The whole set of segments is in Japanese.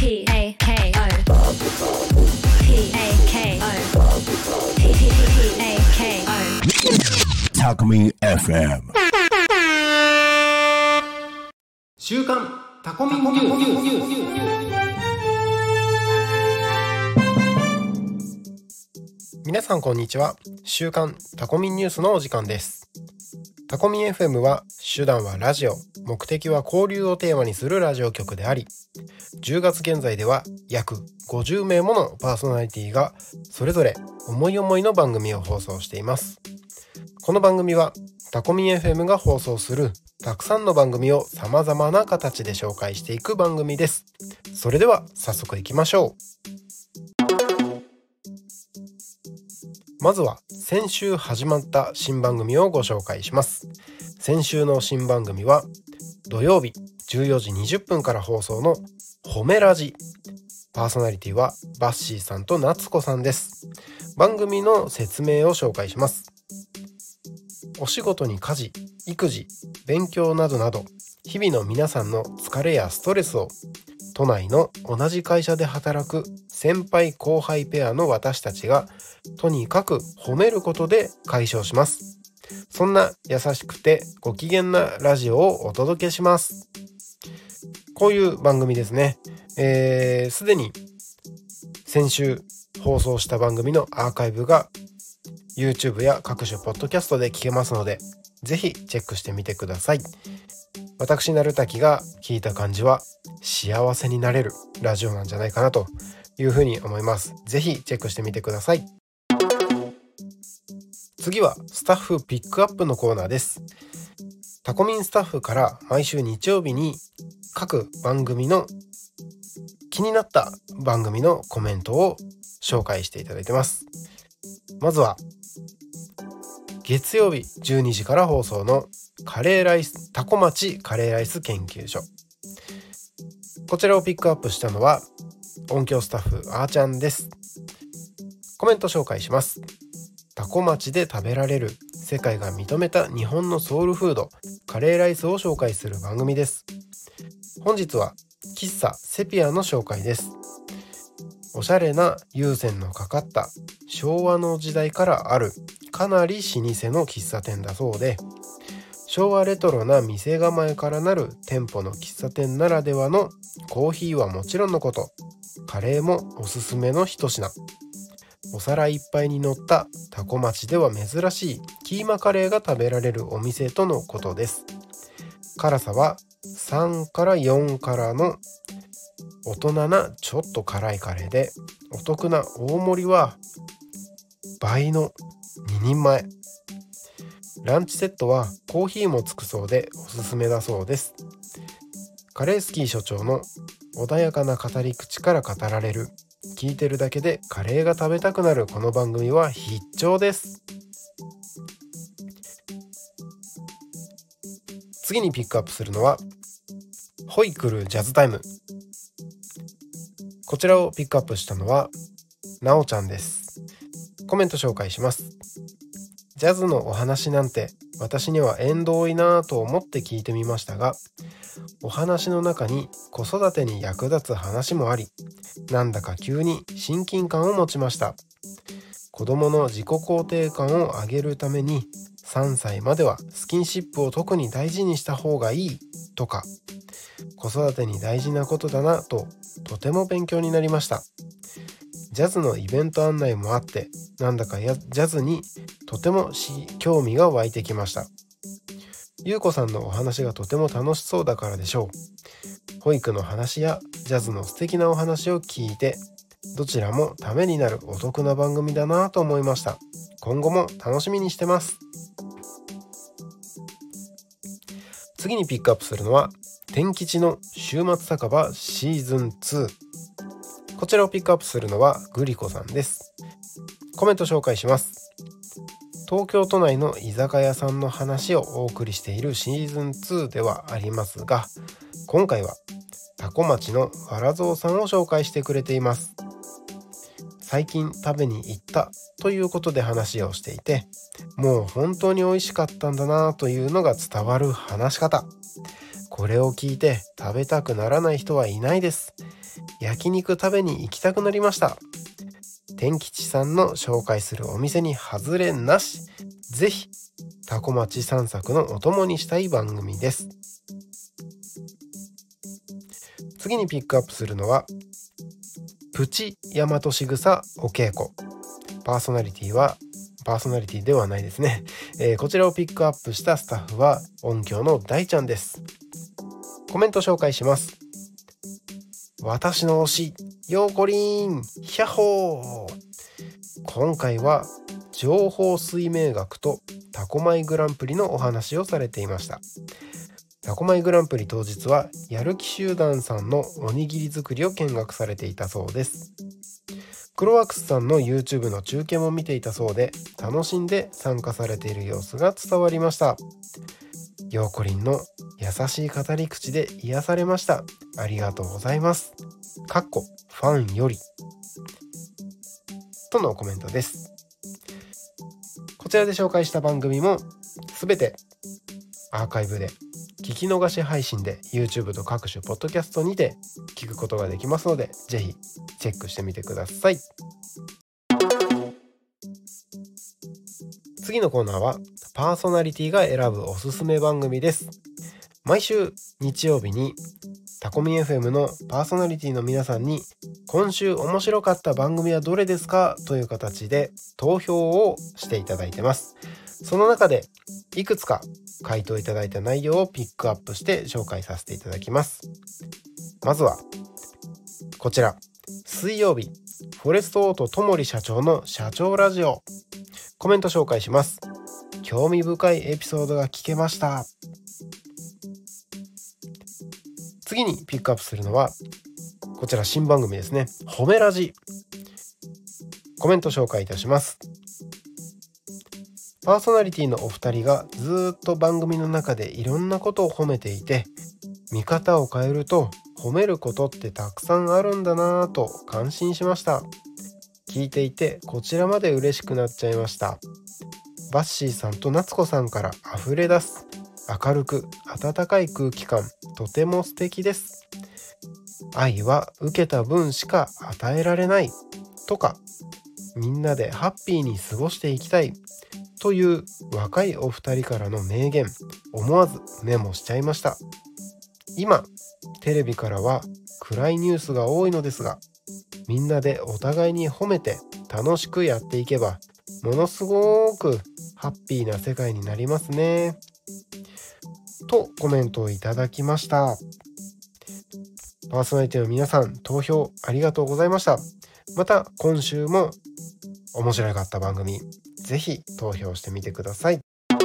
タコミン FM 週刊タコミンニュース。皆さんこんにちは。週刊タコミンニュースのお時間です。タコミン FM は手段はラジオ、目的は交流をテーマにするラジオ局であり、10月現在では約50名ものパーソナリティがそれぞれ思い思いの番組を放送しています。この番組はタコミン FM が放送するたくさんの番組を様々な形で紹介していく番組です。それでは早速いきましょう。まずは先週始まった新番組をご紹介します。先週の新番組は土曜日14時20分から放送の褒めラジ。パーソナリティはバッシーさんと夏子さんです。番組の説明を紹介します。お仕事に家事、育児、勉強などなど日々の皆さんの疲れやストレスを都内の同じ会社で働く先輩後輩ペアの私たちがとにかく褒めることで解消します。そんな優しくてご機嫌なラジオをお届けします。こういう番組ですね。すでに先週放送した番組のアーカイブが YouTube や各種ポッドキャストで聞けますので、ぜひチェックしてみてください。私なるたきが聞いた感じは幸せになれるラジオなんじゃないかなというふうに思います。ぜひチェックしてみてください。次はスタッフピックアップのコーナーです。タコミンスタッフから毎週日曜日に各番組の気になった番組のコメントを紹介していただいてます。まずは月曜日12時から放送のカレーライスタコ町カレーライス研究所。こちらをピックアップしたのは音響スタッフあーちゃんです。コメント紹介します。タコ町で食べられる世界が認めた日本のソウルフードカレーライスを紹介する番組です。本日は喫茶セピアの紹介です。おしゃれな有線のかかった昭和の時代からあるかなり老舗の喫茶店だそうで、昭和レトロな店構えからなる店舗の喫茶店ならではのコーヒーはもちろんのこと、カレーもおすすめの一品。お皿いっぱいに乗ったタコ町では珍しいキーマカレーが食べられるお店とのことです。辛さは3から4からの大人なちょっと辛いカレーで、お得な大盛りは倍の2人前。ランチセットはコーヒーもつくそうでおすすめだそうです。カレースキー所長の穏やかな語り口から語られる、聞いてるだけでカレーが食べたくなるこの番組は必聴です。次にピックアップするのはホイクルジャズタイム。こちらをピックアップしたのはなおちゃんです。コメント紹介します。ジャズのお話なんて私には縁遠いなぁと思って聞いてみましたが、お話の中に子育てに役立つ話もあり、なんだか急に親近感を持ちました。子供の自己肯定感を上げるために3歳まではスキンシップを特に大事にした方がいいとか、子育てに大事なことだなととても勉強になりました。ジャズのイベント案内もあって、なんだかジャズにとても興味が湧いてきました。ゆうこさんのお話がとても楽しそうだからでしょう。保育の話やジャズの素敵なお話を聞いて、どちらもためになるお得な番組だなと思いました。今後も楽しみにしてます。次にピックアップするのは天吉の週末酒場シーズン2。こちらをピックアップするのはグリコさんです。コメント紹介します。東京都内の居酒屋さんの話をお送りしているシーズン2ではありますが、今回はタコ町のわらぞうさんを紹介してくれています。最近食べに行ったということで話をしていて、もう本当に美味しかったんだなというのが伝わる話し方。これを聞いて食べたくならない人はいないです。 焼肉食べに行きたくなりました。天吉さんの紹介するお店に外れなし。ぜひタコ町散策のお供にしたい番組です。次にピックアップするのはプチ大和しぐさお稽古。パーソナリティではないですね。こちらをピックアップしたスタッフは音響の大ちゃんです。コメント紹介します。私の推しようこりんヒャッホー。今回は情報水明学とタコマイグランプリのお話をされていました。タコマイグランプリ当日はやる気集団さんのおにぎり作りを見学されていたそうです。クロワックスさんの YouTube の中継も見ていたそうで、楽しんで参加されている様子が伝わりました。ようこりんの優しい語り口で癒されました。ありがとうございます。ファンよりとのコメントです。こちらで紹介した番組もすべてアーカイブで聞き逃し配信で YouTube と各種ポッドキャストにて聞くことができますので、ぜひチェックしてみてください。次のコーナーはパーソナリティが選ぶおすすめ番組です。毎週日曜日にタコミ FM のパーソナリティの皆さんに今週面白かった番組はどれですかという形で投票をしていただいてます。その中でいくつか回答いただいた内容をピックアップして紹介させていただきます。まずはこちら、水曜日フォレストオートともり社長の社長ラジオ。コメント紹介します。興味深いエピソードが聞けました。次にピックアップするのはこちら新番組ですね。褒めラジ。コメント紹介いたします。パーソナリティのお二人がずっと番組の中でいろんなことを褒めていて、見方を変えると褒めることってたくさんあるんだなぁと感心しました。聞いていてこちらまで嬉しくなっちゃいました。バッシーさんと夏子さんから溢れ出す明るく温かい空気感、とても素敵です。愛は受けた分しか与えられないとか、みんなでハッピーに過ごしていきたいという若いお二人からの名言、思わずメモしちゃいました。今テレビからは暗いニュースが多いのですが、みんなでお互いに褒めて楽しくやっていけばものすごくハッピーな世界になりますねとコメントをいただきました。パーソナリティの皆さん、投票ありがとうございました。また今週も面白かった番組、ぜひ投票してみてください。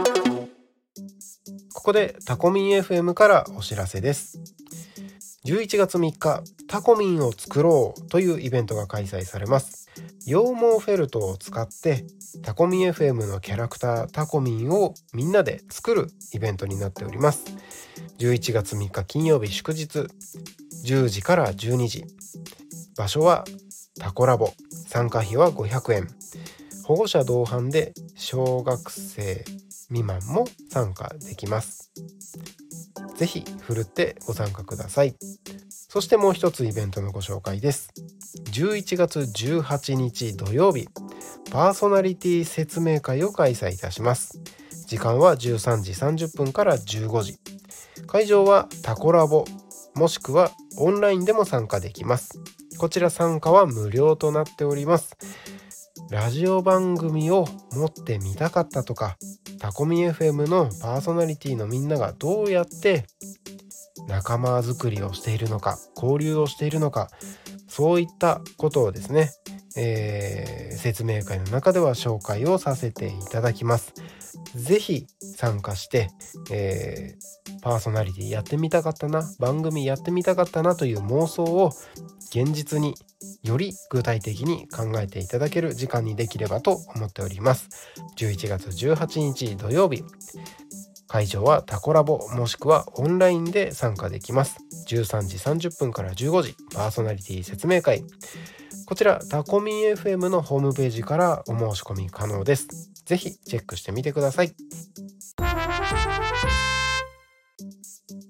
ここでタコミン FM からお知らせです。11月3日、タコミンを作ろうというイベントが開催されます。羊毛フェルトを使ってタコミン FM のキャラクタータコミンをみんなで作るイベントになっております。11月3日金曜日祝日、10時から12時。場所はタコラボ。参加費は500円。保護者同伴で小学生未満も参加できます。ぜひふるってご参加ください。そしてもう一つイベントのご紹介です。11月18日土曜日、パーソナリティ説明会を開催いたします。時間は13時30分から15時。会場はタコラボもしくはオンラインでも参加できます。こちら参加は無料となっております。ラジオ番組を持ってみたかったとか、タコミ FM のパーソナリティのみんながどうやって仲間づくりをしているのか、交流をしているのか、そういったことをですね、説明会の中では紹介をさせていただきます。ぜひ参加して、パーソナリティやってみたかったな、番組やってみたかったなという妄想を現実により具体的に考えていただける時間にできればと思っております。11月18日土曜日、会場はタコラボもしくはオンラインで参加できます。13時30分から15時、パーソナリティ説明会。こちらタコミン FM のホームページからお申し込み可能です。ぜひチェックしてみてください。以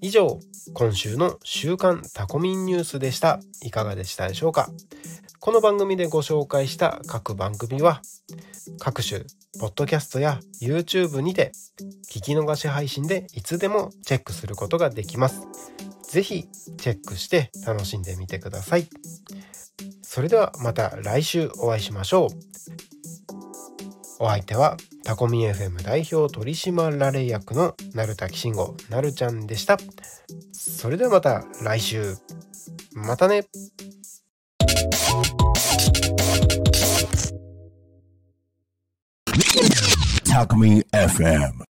以上、今週の週刊タコミンニュースでした。いかがでしたでしょうか。この番組でご紹介した各番組は各種ポッドキャストや YouTube にて聞き逃し配信でいつでもチェックすることができます。ぜひチェックして楽しんでみてください。それではまた来週お会いしましょう。お相手はタコミン FM 代表取締られ役の鳴滝慎吾なるちゃんでした。それではまた来週。またね。 タコミン FM